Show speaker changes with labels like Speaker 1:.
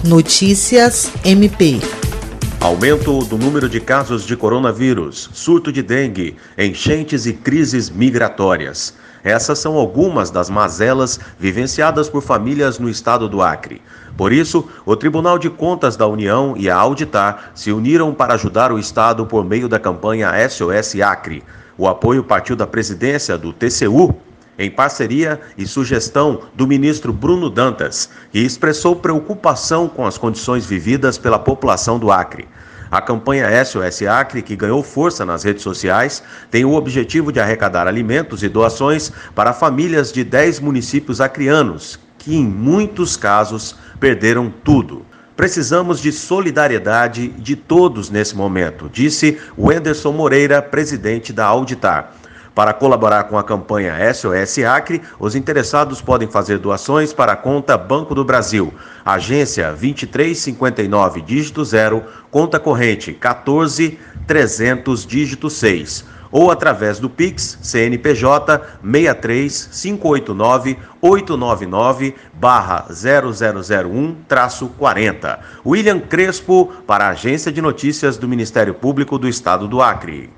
Speaker 1: Notícias MP.
Speaker 2: Aumento do número de casos de coronavírus, surto de dengue, enchentes e crises migratórias. Essas são algumas das mazelas vivenciadas por famílias no estado do Acre. Por isso, o Tribunal de Contas da União e a Auditar se uniram para ajudar o estado por meio da campanha SOS Acre. O apoio partiu da presidência do TCU, em parceria e sugestão do ministro Bruno Dantas, que expressou preocupação com as condições vividas pela população do Acre. A campanha SOS Acre, que ganhou força nas redes sociais, tem o objetivo de arrecadar alimentos e doações para famílias de 10 municípios acreanos, que em muitos casos perderam tudo. Precisamos de solidariedade de todos nesse momento, disse Wenderson Moreira, presidente da Auditar. Para colaborar com a campanha SOS Acre, os interessados podem fazer doações para a conta Banco do Brasil, agência 2359, dígito 0, conta corrente 14300, dígito 6, ou através do Pix CNPJ 63589-899-0001-40. William Crespo, para a Agência de Notícias do Ministério Público do Estado do Acre.